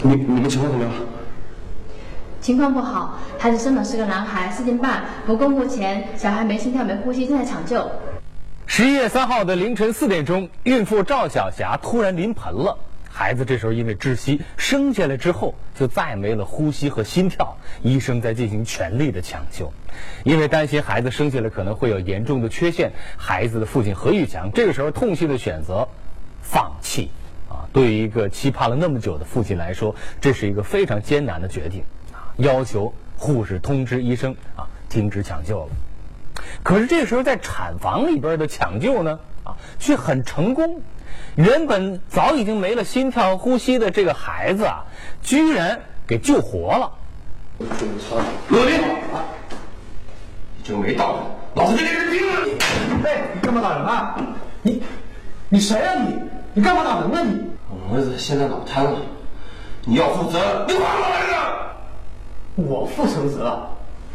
你们情况怎么样？ 情况不好，孩子生的是个男孩，4斤半，不过目前小孩没心跳、没呼吸，正在抢救。 11月3号的凌晨4点钟，孕妇赵小霞突然临盆了。孩子这时候因为窒息，生下来之后就再没了呼吸和心跳，医生在进行全力的抢救。因为担心孩子生下来可能会有严重的缺陷，孩子的父亲何玉强这个时候痛心的选择放弃。对于一个期盼了那么久的父亲来说，这是一个非常艰难的决定。要求护士通知医生停止抢救了。可是这时候在产房里边的抢救呢却很成功。原本早已经没了心跳呼吸的这个孩子居然给救活了。 罗林，你这没道理，老子就给你拼了！ 哎，你干嘛打人啊？你谁啊你？你干嘛打人啊你？ 我儿子现在脑瘫了，你要负责，你管我儿子！ 我负什么责？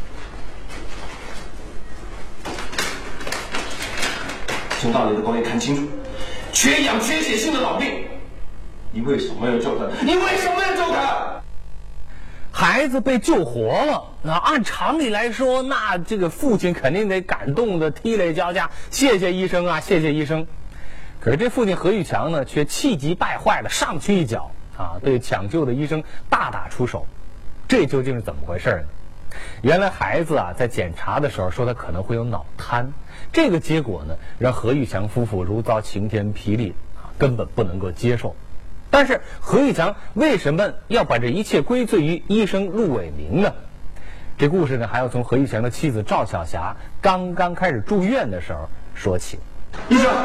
听道理的给我看清楚，缺氧缺血性的脑病，你为什么要救他？你为什么要救他？ 孩子被救活了，那按常理来说，那这个父亲肯定得感动的涕泪交加，谢谢医生啊，谢谢医生。可是这父亲何玉强呢，却气急败坏的上去一脚对抢救的医生大打出手。这究竟是怎么回事呢？原来孩子在检查的时候说他可能会有脑瘫，这个结果呢让何玉强夫妇如遭晴天霹雳根本不能够接受。但是何玉强为什么要把这一切归罪于医生陆伟明呢？这故事呢还要从何玉强的妻子赵小霞刚刚开始住院的时候说起。 医生，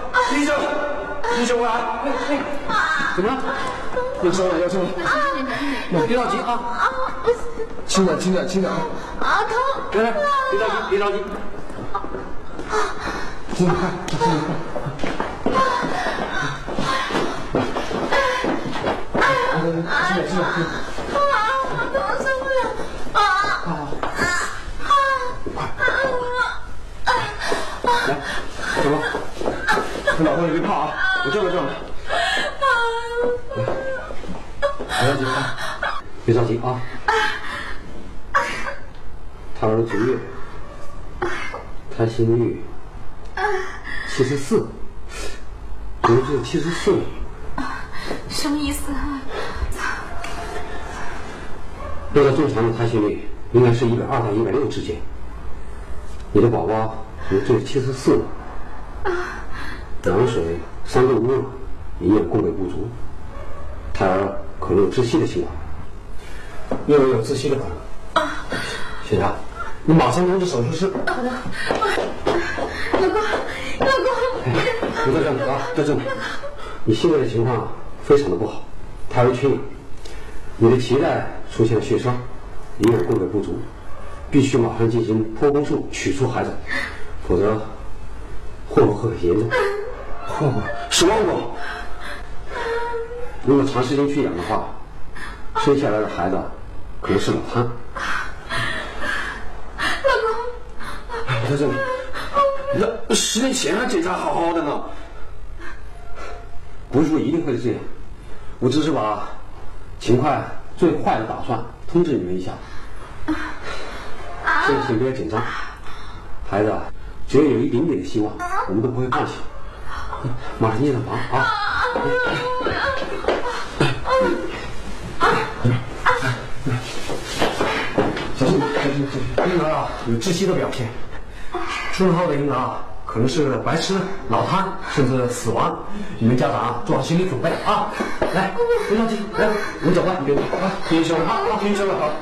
我来！怎么了？要生了！别着急啊！轻点！ 疼！ 来，别着急！轻点快！轻点！ 我都受不了！ 来，走吧。老婆，你别怕我叫了。别着急啊！胎儿足月，胎心率74，只有74了。 什么意思按照正常的胎心率应该是120到160之间，你的宝宝只有74了。羊水3度污了，营养供给不足，胎儿可能有窒息的情况，又有窒息的可能。小霞，你马上通知手术室。 好的。老公， 不在这里在这里。你现在的情况非常的不好，胎儿缺氧，你的脐带出现了血栓，营养供给不足，必须马上进行剖宫术取出孩子，否则后果会很严重。后果？什么后果？如果长时间缺氧的话，生下来的孩子可能是脑瘫。 老公， 我在这里。那10年前还检查好的呢。不是说一定会这样，我只是把情况最坏的打算通知你们一下。先不要紧张，孩子只要有一点点的希望，我们都不会放弃。马上进上房啊！小心，婴儿有窒息的表现，出生后的婴儿可能是白痴、脑瘫，甚至死亡。你们家长做好心理准备啊！来，别着急，来，我们走吧，听医生了听医生了好。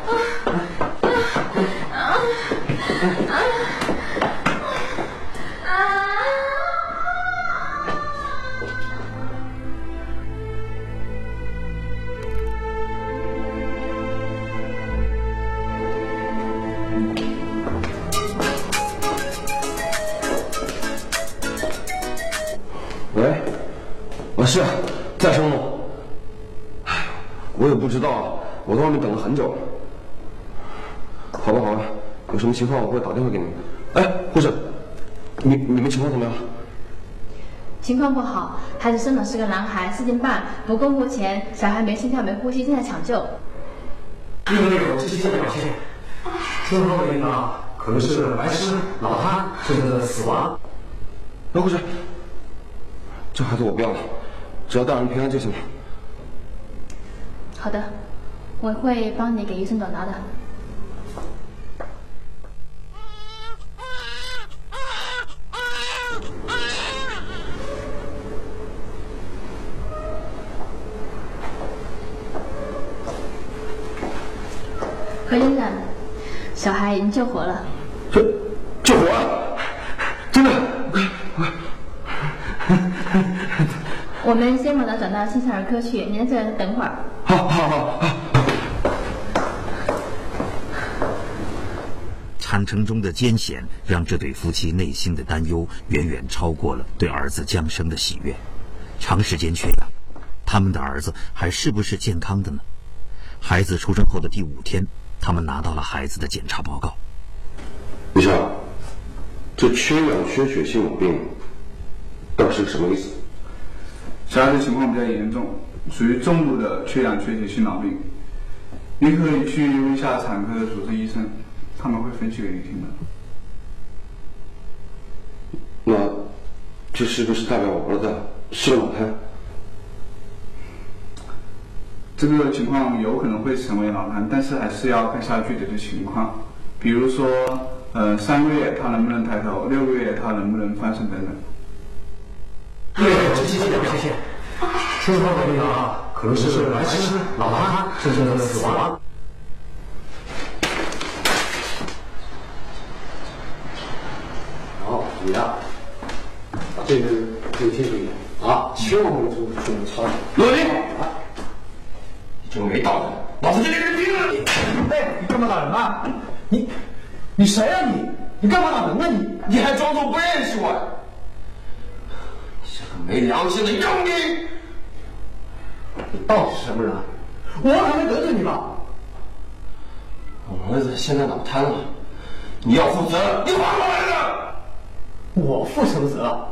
喂，是，再生了。哎，我也不知道，我在外面等了很久了。好吧，有什么情况我会打电话给你们。哎，护士，你们情况怎么样？ 情况不好，孩子生的是个男孩，4斤半，不过目前小孩没心跳、没呼吸，正在抢救。 因为有窒息的表现，最后的原因可能是白痴、脑瘫，甚至死亡。 刘护士，这孩子我不要了，只要大人平安就行了。 好的，我会帮你给医生转达的。何先生，小孩已经救活了。 救活了，真的。 我们先把他转到新生儿科去，你在这等会儿。 好。 产程中的艰险让这对夫妻内心的担忧远远超过了对儿子降生的喜悦。长时间缺氧，他们的儿子还是不是健康的呢？孩子出生后的第5天，他们拿到了孩子的检查报告。 医生，这缺氧缺血性脑病到底是个什么意思？ 小孩子情况比较严重，属于重度的缺氧缺血性脑病。你可以去问一下产科的主治医生，他们会分析给你听的。 那这是不是代表我儿子是个脑瘫？ 这个情况有可能会成为脑瘫，但是还是要看下具体的情况，比如说3个月他能不能抬头，6个月他能不能翻身等等。 因为有窒息的表现，最后的原因可能是白痴、脑瘫，甚至死亡。好，你呀，这个听清楚一点千万不能出操。 罗林，你这个没道德，老子就给你毙了你！ 哎，你干嘛打人啊？你谁啊你？你干嘛打人啊你？ 你还装作不认识我？你这个没良心的佣兵！ 你到底是什么人？ 我还没得罪你吧？ 我儿子现在脑瘫了，你要负责，你还我儿子！ 我负什么责？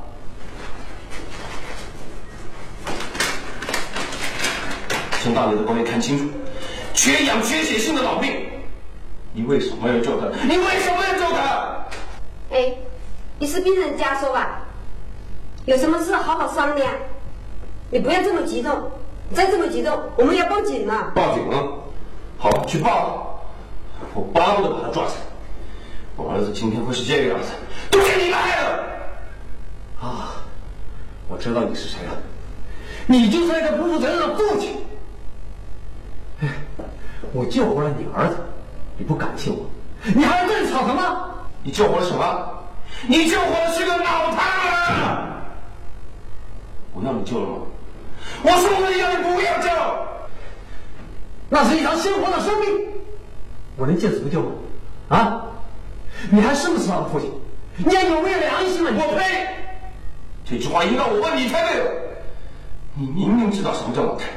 请大你的官员看清楚，缺氧缺血性的脑病，你为什么要救他？你为什么要救他？ 哎，你是病人家属吧？有什么事好好商量，你不要这么激动，再这么激动，我们要报警了。 报警啊！好，去报！我巴不得把他抓起来。我儿子今天会是这个样子，都是你害的！ 我知道你是谁了，你就是那个不负责任的父亲。我救活了你儿子，你不感谢我，你还要跟着吵什么？ 你救活了什么？你救活的是个脑瘫儿！我要你救了吗？我说过要你不要救！ 那是一条鲜活的生命，我能见死不救吗？你还是不是他的父亲？你还有没有良心啊？ 我呸！这句话应该我问你才对了。你明明知道什么叫脑瘫，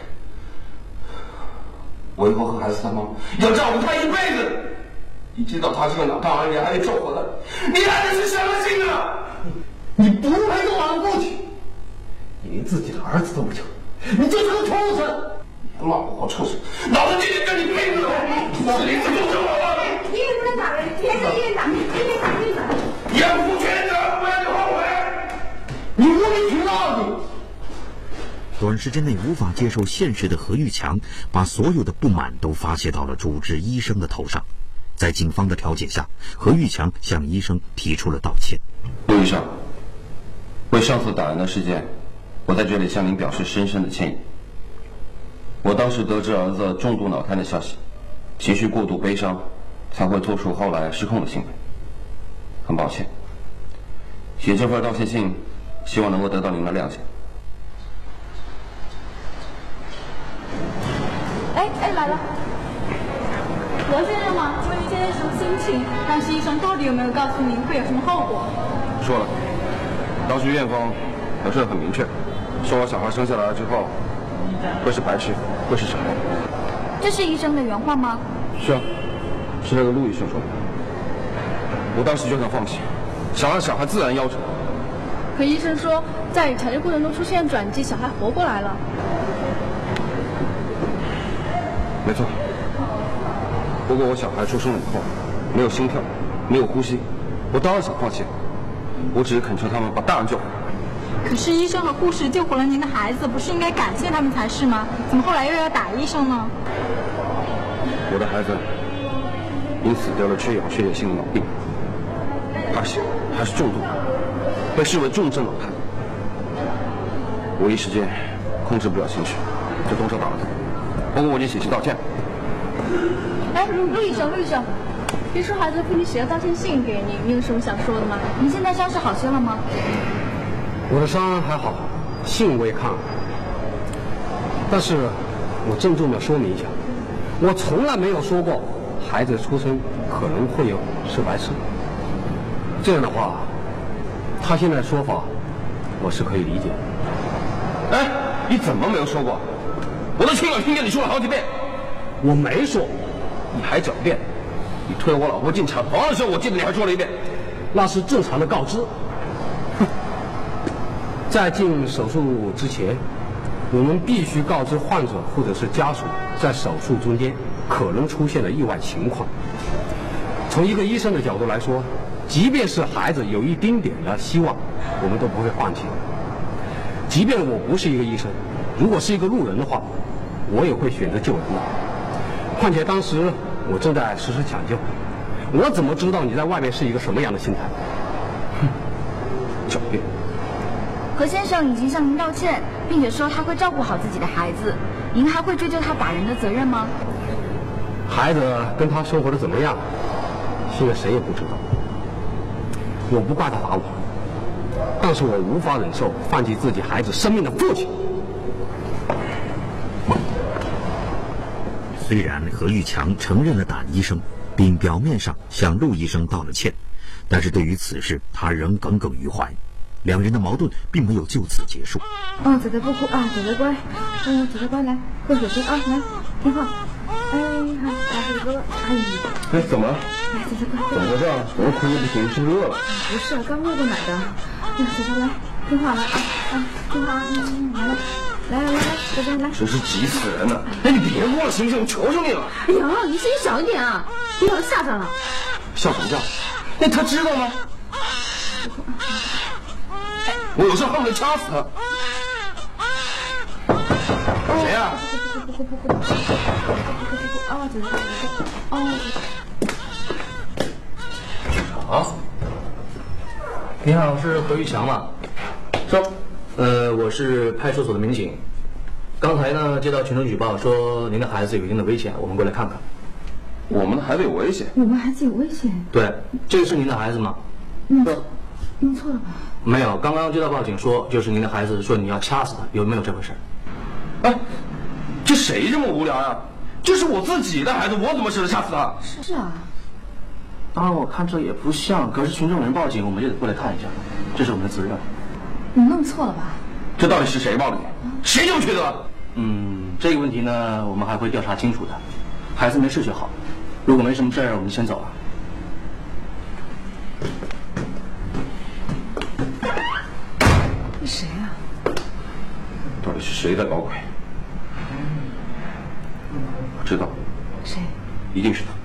我以后和孩子他妈要照顾他一辈子。你知道他是个脑瘫儿，你还得救活他，你还的是什么心啊？ 你不配做我的父亲，你连自己的儿子都不救，你就是个畜生！ 骂我畜生，老子今天跟你拼了！是你自己救我了！ 医院不能打人，别在医院打，医院打病人。 要负全责，不然你后悔！ 你无理取闹！你短时间内无法接受现实的何玉强，把所有的不满都发泄到了主治医生的头上。在警方的调解下，何玉强向医生提出了道歉。 陆医生，为上次打人的事件，我在这里向您表示深深的歉意。我当时得知儿子重度脑瘫的消息，情绪过度悲伤，才会做出后来失控的行为。很抱歉，写这份道歉信，希望能够得到您的谅解。 哎，来了。罗先生吗？请问您现在什么心情？当时医生到底有没有告诉您会有什么后果？ 说了，当时院方表示得很明确，说我小孩生下来之后会是白痴，会是傻瓜。 这是医生的原话吗？ 是啊，是那个陆医生说的。我当时就想放弃，想让小孩自然夭折。 可医生说在抢救过程中出现转机，小孩活过来了。 没错。不过我小孩出生了以后，没有心跳，没有呼吸，我当然想放弃。我只是恳求他们把大人救回来。 可是医生和护士救活了您的孩子，不是应该感谢他们才是吗？怎么后来又要打医生呢？ 我的孩子因死掉了缺氧血液性的脑病，而且还是重度，被视为重症脑瘫。我一时间控制不了情绪，就动手打了他。不过我已经写信道歉。 哎，陆医生，听说孩子的父亲写了道歉信给您，你有什么想说的吗？您现在伤势好些了吗？ 我的伤还好，信我也看了，但是我郑重地说明一下，我从来没有说过孩子出生可能会有是白痴。这样的话，他现在的说法我是可以理解的。 哎，你怎么没有说过？我都亲耳听见你说了好几遍。 我没说。 你还狡辩！你推我老婆进产房的时候，我记得你还说了一遍。 那是正常的告知。在进手术之前，我们必须告知患者或者是家属，在手术中间可能出现的意外情况。从一个医生的角度来说，即便是孩子有一丁点的希望，我们都不会放弃。即便我不是一个医生，如果是一个路人的话，我也会选择救人的。况且当时我正在实施抢救，我怎么知道你在外面是一个什么样的心态？狡辩。 何先生已经向您道歉，并且说他会照顾好自己的孩子。您还会追究他打人的责任吗？ 孩子跟他生活的怎么样，现在谁也不知道。我不怪他打我，但是我无法忍受放弃自己孩子生命的父亲。 虽然何玉强承认了打医生，并表面上向陆医生道了歉，但是对于此事他仍耿耿于怀。两人的矛盾并没有就此结束。 哦，仔仔不哭啊，仔仔乖，仔仔乖，来喝水喝啊，来听话。哎，好，来仔仔哥哥， 哎，怎么了？ 来仔仔乖， 怎么回事啊？怎么哭的不行？是不是饿了？ 不是，刚喂过奶的。仔仔来，听话来啊，听话，来，仔仔来。 真是急死人了！哎，你别哭了行不行？我求求你了。 哎呀，你声音小一点啊，别把他吓着了。 吓什么吓？那他知道吗？我有时候恨不得掐死他。谁呀？ 啊，仔仔， 好，你好，是何玉强吗？ 是。 我是派出所的民警。刚才呢接到群众举报说您的孩子有一定的危险，我们过来看看。 我们的孩子有危险？ 我们孩子有危险？ 对，这个是您的孩子吗？ 弄错了吧？ 没有，刚刚接到报警说就是您的孩子说你要掐死他，有没有这回事？ 哎，这谁这么无聊呀？这是我自己的孩子，我怎么舍得掐死他？ 是啊。 当然我看这也不像，可是群众人报警，我们也得过来看一下，这是我们的责任。 你弄错了吧？ 这到底是谁报的警？谁就觉得？ 这个问题呢，我们还会调查清楚的。孩子没事就好，如果没什么事儿，我们就先走了。 是谁啊？ 到底是谁在搞鬼？我知道。 谁？ 一定是他。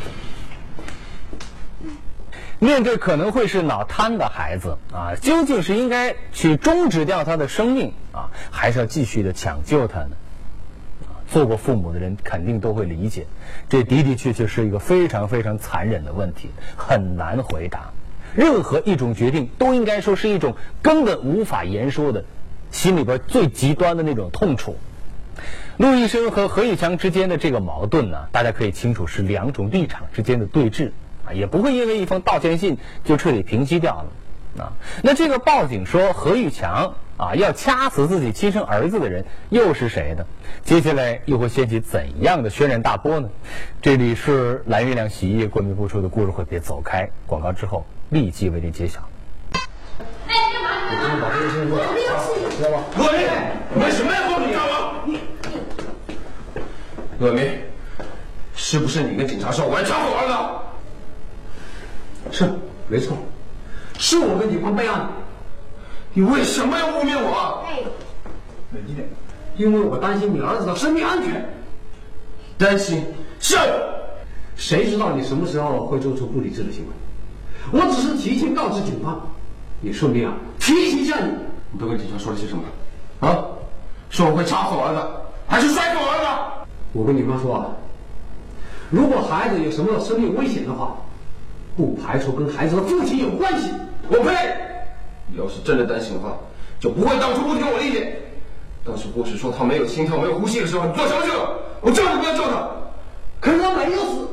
面对可能会是脑瘫的孩子啊，究竟是应该去终止掉他的生命啊，还是要继续的抢救他呢？做过父母的人肯定都会理解，这的的确确是一个非常非常残忍的问题，很难回答。任何一种决定都应该说是一种根本无法言说的，心里边最极端的那种痛楚。陆医生和何玉强之间的这个矛盾呢，大家可以清楚是两种立场之间的对峙啊，也不会因为一封道歉信就彻底平息掉了啊。那这个报警说何玉强要掐死自己亲生儿子的人又是谁呢？接下来又会掀起怎样的轩然大波呢？这里是蓝月亮洗衣液冠名播出的故事会，别走开，广告之后立即为您揭晓。 哎，干嘛？ 我今天把这个事情做好，知道吧？ 恶明，为什么要报警抓我？恶明，是不是你跟警察说我要抓我儿子？ 是，没错，是我跟警方备案。 你为什么要污蔑我？ 冷静点，因为我担心你儿子的生命安全。 担心？是。 谁知道你什么时候会做出不理智的行为？我只是提前告知警方，也顺便提醒一下你。 你都跟警察说了些什么？啊？说我会插死我儿子，还是摔死我儿子？ 我跟警方说啊，如果孩子有什么生命危险的话，不排除跟孩子的父亲有关系。 我呸！你要是真的担心的话，就不会当初不听我的意见。当时护士说他没有心跳、没有呼吸的时候，你做什么去了？我叫你不要救他， 可是他没有死。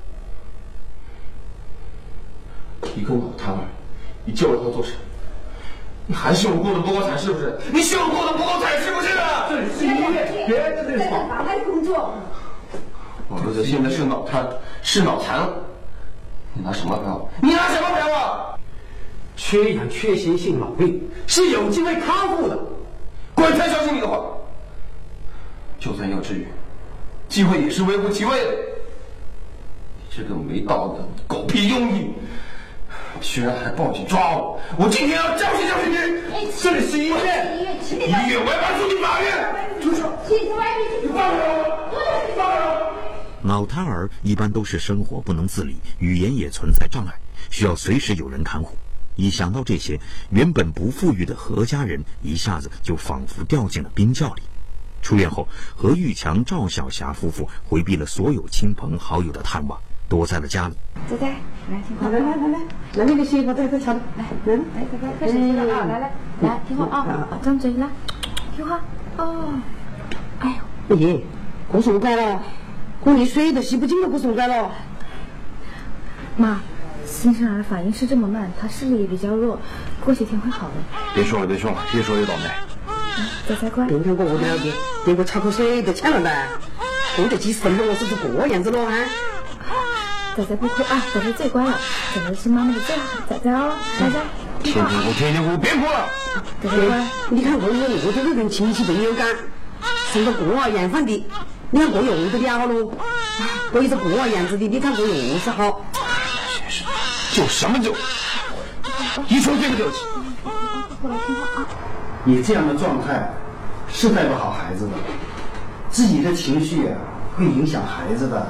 一个脑瘫儿，你救了他做什么？你还是我过得不够惨是不是？你是我过得不够惨是不是？ 这里是医院，别在这里吵。 妨碍工作。 我儿子现在是脑瘫，是脑残。你拿什么赔我？你拿什么赔我？ 缺氧缺血性脑病是有机会康复的。 滚！太相信你的话。就算要治愈，机会也是微乎其微的。你这个没道德、狗屁庸医！居然还报警抓我！我今天要教训教训你！这里是医院，医院我要告诉你法院！住手！你放开我！你放开我！ 脑瘫儿一般都是生活不能自理，语言也存在障碍，需要随时有人看护。一想到这些，原本不富裕的何家人一下子就仿佛掉进了冰窖里。出院后，何玉强、赵晓霞夫妇回避了所有亲朋好友的探望，躲在了家里。 仔仔，来听话， 来，那个媳妇在这瞧，来， 开始听了啊，来听话啊，张嘴来，听话哦。哎呦， 爷，过送拐了，我连水都洗不净了，过送拐了。 妈，新生儿反应是这么慢，他视力也比较弱，过些天会好的。 别说了，越说越倒霉。 仔仔乖。 今天我我了解，连个茶口水都抢了的，过得几十分钟，我是这个样子了哈。 仔仔不哭啊，仔仔最乖了，仔仔是妈妈的最好仔仔哦，仔仔。 天天哭，别哭了。 仔仔乖。 你看我这个跟亲戚朋友讲，生个过儿样范的，你看我用得了喽。我一个过儿样子的，你看我用是好。 救什么救？一说这个就起。 过来听话啊。 你这样的状态是带不好孩子的，自己的情绪会影响孩子的。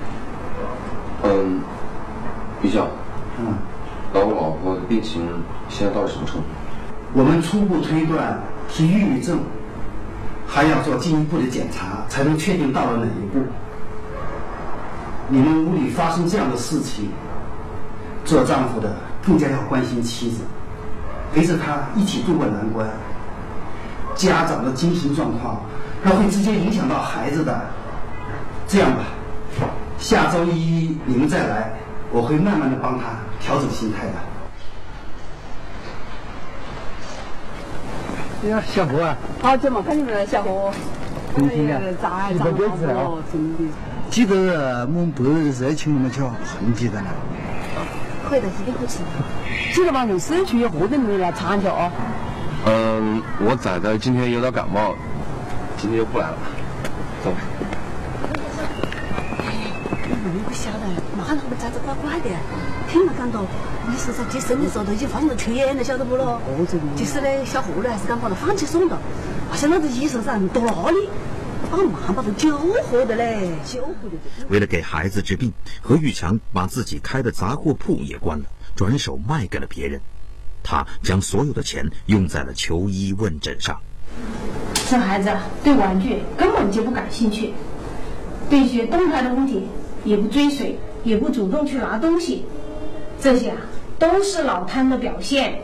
于笑，我老婆的病情现在到了什么程度？ 我们初步推断是抑郁症，还要做进一步的检查才能确定到了哪一步。你们屋里发生这样的事情，做丈夫的更加要关心妻子，陪着她一起度过难关。家长的精神状况，那会直接影响到孩子的。这样吧，下周一你们再来，我会慢慢的帮他调整心态的。 哎呀，小何啊！ 好久没看你们了，小何。 真的， 咋一个辈子了， 真的。 记得我们白日热情那么巧，很记得了。 可以的，一定会吃。记得吧？用社区活动你来参加哦。 我仔仔今天有点感冒，今天就不来了。走吧。 你不晓得，马上他们仔仔乖乖的，挺没感到。你是在接生的时候都已经发现了缺氧了，晓得不咯？就是呢，小何呢还是敢把他放起送的，现在这医生噻到哪里？把他救活的嘞，救活的。 为了给孩子治病，何玉强把自己开的杂货铺也关了，转手卖给了别人。他将所有的钱用在了求医问诊上。 这孩子对玩具根本就不感兴趣，对一些动态的物体也不追随，也不主动去拿东西，这些都是脑瘫的表现。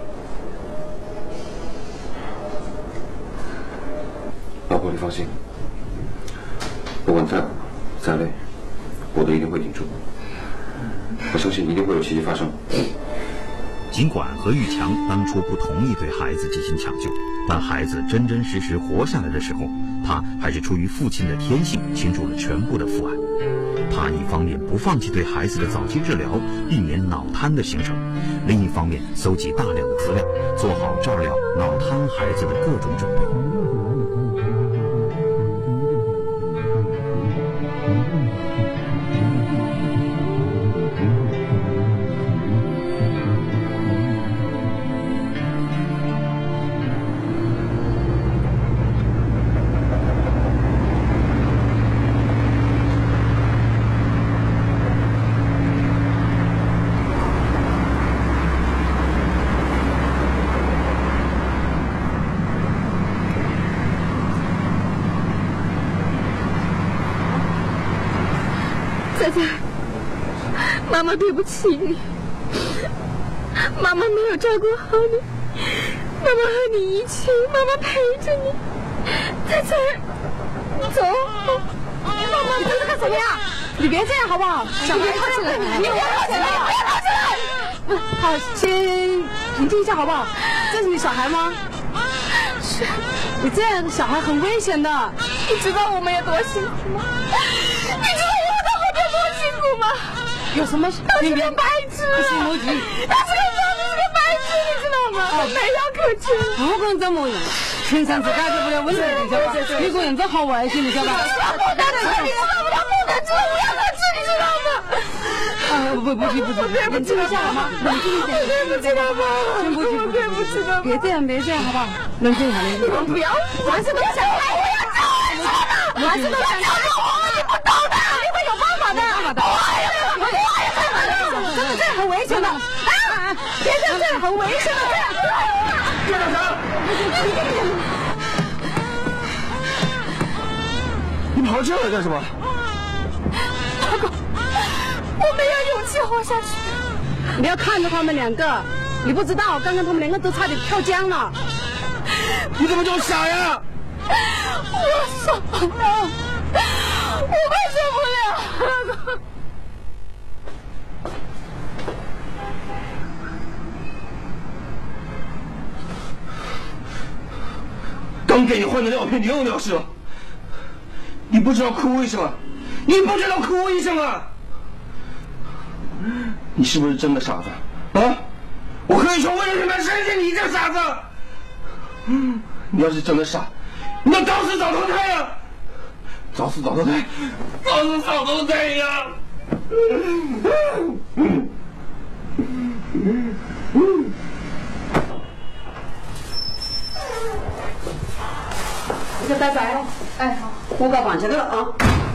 老婆，你放心，不管再苦再累，我都一定会顶住。我相信一定会有奇迹发生。 尽管何玉强当初不同意对孩子进行抢救，但孩子真真实实活下来的时候，他还是出于父亲的天性倾注了全部的父爱。他一方面不放弃对孩子的早期治疗，避免脑瘫的形成，另一方面搜集大量的资料，做好照料脑瘫孩子的各种准备。 仔仔，妈妈对不起你，妈妈没有照顾好你，妈妈和你一起，妈妈陪着你。仔仔，走。妈妈，你这是干什么呀？你别这样好不好？小孩跑起来，你不要跑起来，不要跑起来！好，先平静一下好不好？这是你小孩吗？是。你这样小孩很危险的。你知道我们有多辛苦吗？你知道我的后边多辛苦吗？有什么？他是个白痴，他是个疯子，是个白痴，你知道吗？他没药可治。不管怎么样，天生是解决不了问题的，晓得吧？你个人真好外星，你晓得吧？不能治，你知道吗？不能治，无药可治，你知道吗？不急，冷静一下好吗？冷静一点，对不起妈妈，先不急，对不起妈妈，别这样好不好？冷静一下，你们不要，还是都想开，我要救你了，还是都想开我，你不懂的，你会有办法的，真的这样很危险的，啊！别这样很危险的，叶大强， 你跑这来干什么？ 大哥，我没有勇气活下去。你要看着他们两个，你不知道，刚刚他们两个都差点跳江了。 你怎么这么傻呀？ 我受不了，我快受不了。 刚给你换的尿片，你又尿湿了。你不知道哭为什么？你不知道哭为什么？你是不是真的傻子？啊！我可以说，为了什么生下你这傻子？你要是真的傻，你要早死早投胎呀！早死早投胎，早死早投胎呀！ 你就拜拜了。哎，好，我搞饭去了啊。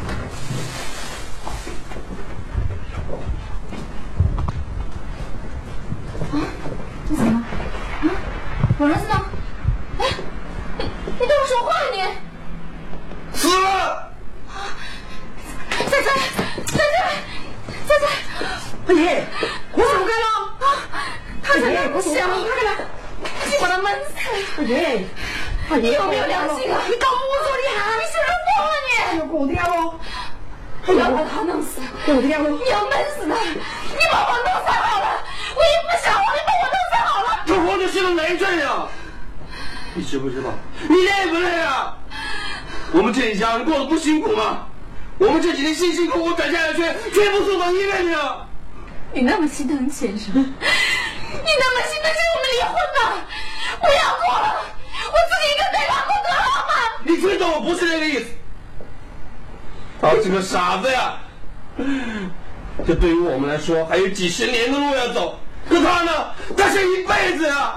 你怎么了？啊，我儿子呢？哎，你跟我说话你！ 死了！ 仔仔， 阿姨，我怎么干了？ 啊，他在那不响，快来，你把他闷死！ 阿姨， 你有没有良心啊？你搞不住你还，你是不是疯了你？ 给我掉喽！ 你要把他弄死， 给我掉喽！ 你要闷死他！你把我弄死好了，我也不想了，你把我弄死好了。 这活着是个累赘呀！你知不知道？你累不累啊？我们这一家人过得不辛苦吗？我们这几年辛辛苦苦攒下的钱，全部送到医院去了。 你那么心疼钱是吗？你那么心疼钱，我们离婚吧！不要过了，我自己一个对他过得好吗？ 你知道我不是那个意思。他是个傻子呀！这对于我们来说还有几十年的路要走，可他呢？他是一辈子呀！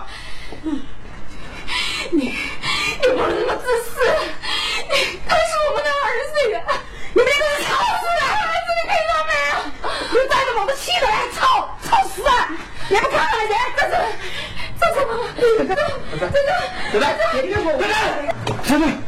你不能那么自私！他是我们的儿子呀！你别给我吵死了！儿子你看到没有？你带着我的气的来吵死了！你还不看看人？这妈妈， 仔仔，别跟我，仔仔。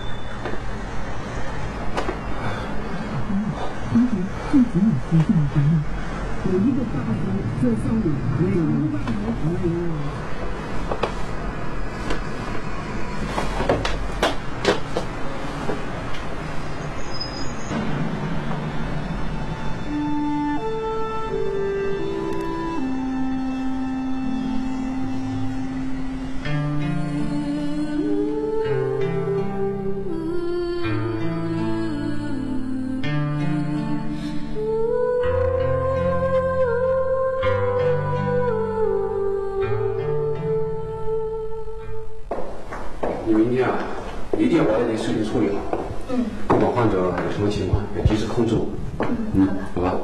你明天啊，一定要把这件事情处理好。不管患者有什么情况，要及时通知我。好吧。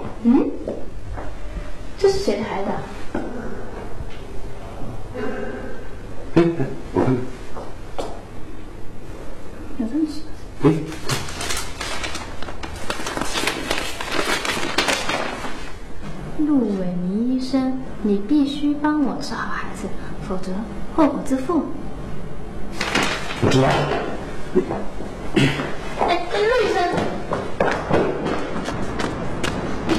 这是谁的孩子？ 我看看。 有这么细？陆伟明医生，你必须帮我是好孩子，否则后果自负。 我知道。 陆医生，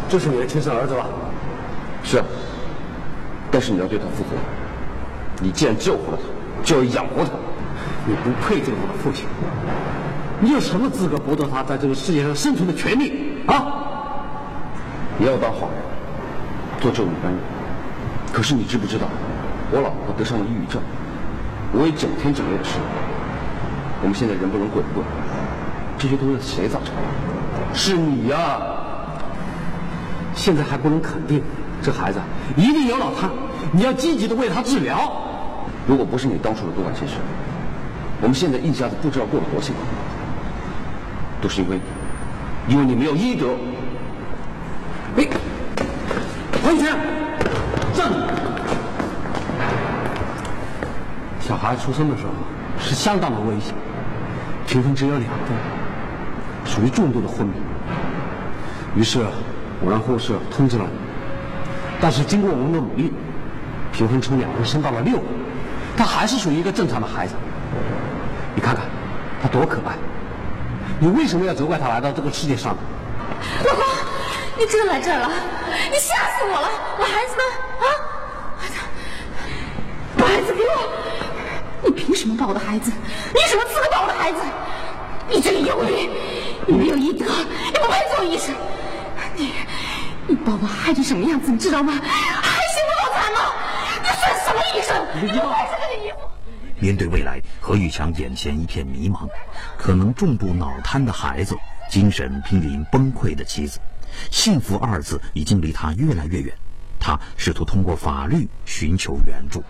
这是你的亲生儿子吧？ 是啊，但是你要对他负责。你既然救活了他，就要养活他。 你不配做我的父亲，你有什么资格剥夺他在这个世界上生存的权利啊？ 你要当好人，做正义般人。可是你知不知道，我老婆得上了抑郁症，我也整天整夜的失眠。我们现在人不能鬼不能，这些都是谁造成的？是你呀！ 现在还不能肯定，这孩子一定有脑瘫，你要积极的为他治疗。 如果不是你当初的多管闲事，我们现在一家子不知道过得多幸福，都是因为你，因为你没有医德。 哎，黄宇轩，站住！小孩出生的时候是相当的危险，评分只有2分，属于重度的昏迷。于是我让护士通知了你，但是经过我们的努力，评分从2分升到了6分，他还是属于一个正常的孩子。你看看他多可爱，你为什么要责怪他来到这个世界上呢？ 老公，你真的来这儿了？你吓死我了！我孩子呢？啊？把孩子给我！你凭什么抱我的孩子？你有什么资格抱我的孩子？你这个有理，你没有医德，你不配做医生。你把我害成什么样子，你知道吗？害死我好惨吗？你算什么医生？你不配是这个衣服。 面对未来，何玉强眼前一片迷茫，可能重度脑瘫的孩子，精神濒临崩溃的妻子，幸福2字已经离他越来越远。他试图通过法律寻求援助。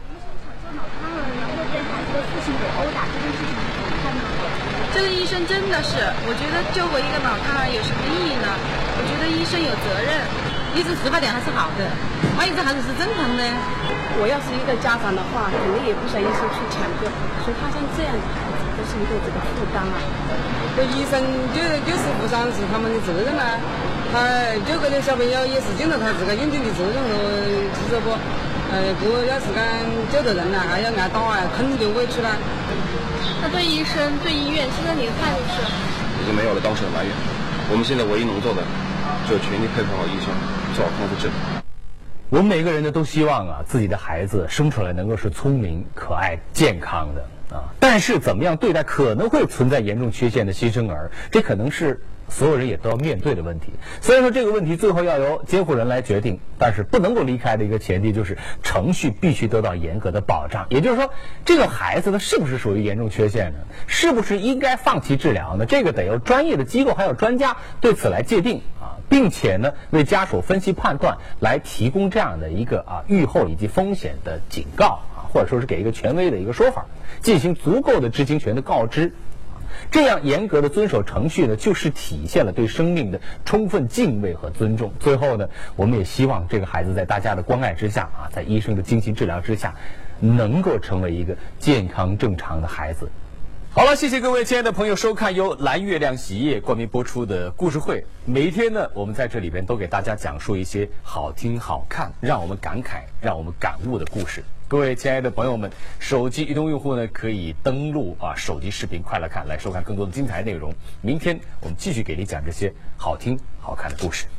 这个医生真的是，我觉得救活一个脑瘫儿有什么意义呢？我觉得医生有责任，医治司法点还是好的，万一这孩子是正常的。 我要是一个家长的话，肯定也不想医生去抢救，所以他像这样的孩子都是一个这个负担啊。 这医生就是负上是他们的责任啊，他救个的小朋友也是尽了他自个应尽的责任和职责不？不要是讲救的人了，还要挨打啊，肯定就委屈了。 那对医生、对医院，现在你的态度是？ 已经没有了当时的来源，我们现在唯一能做的，就是全力配合好医生，做好康复治理。 我们每个人呢都希望啊，自己的孩子生出来能够是聪明、可爱、健康的啊。但是怎么样对待可能会存在严重缺陷的新生儿，这可能是所有人也都要面对的问题。虽然说这个问题最后要由监护人来决定，但是不能够离开的一个前提就是程序必须得到严格的保障。也就是说，这个孩子他是不是属于严重缺陷呢？是不是应该放弃治疗呢？这个得由专业的机构还有专家对此来界定啊，并且呢为家属分析判断，来提供这样的一个预后以及风险的警告啊，或者说是给一个权威的一个说法，进行足够的知情权的告知。这样严格的遵守程序呢，就是体现了对生命的充分敬畏和尊重。最后呢，我们也希望这个孩子在大家的关爱之下啊，在医生的精心治疗之下，能够成为一个健康正常的孩子。好了，谢谢各位亲爱的朋友收看由蓝月亮洗衣液冠名播出的故事会。每一天呢，我们在这里边都给大家讲述一些好听好看，让我们感慨、让我们感悟的故事。各位亲爱的朋友们，手机移动用户呢可以登录手机视频快乐看来收看更多的精彩内容。明天我们继续给你讲这些好听好看的故事。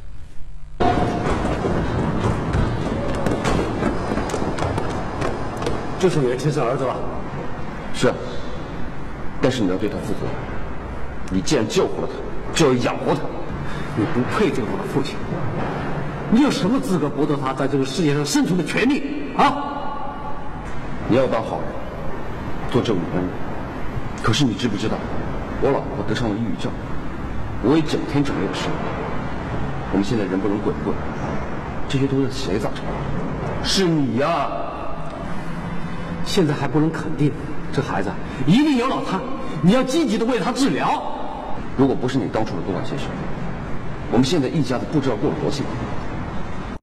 这是你的亲生儿子吧？ 是啊，但是你要对他负责。你既然救活了他，就要养活他。 你不配做我的父亲，你有什么资格剥夺他在这个世界上生存的权利啊？ 你要当好人，做正义般人。可是你知不知道，我老婆得上了抑郁症，我也整天整夜的失眠。我们现在人不能鬼不能，这些都是谁造成的？是你呀！ 现在还不能肯定，这孩子一定有脑瘫，你要积极的为他治疗。 如果不是你当初的多管闲事，我们现在一家子不知道过得多幸福。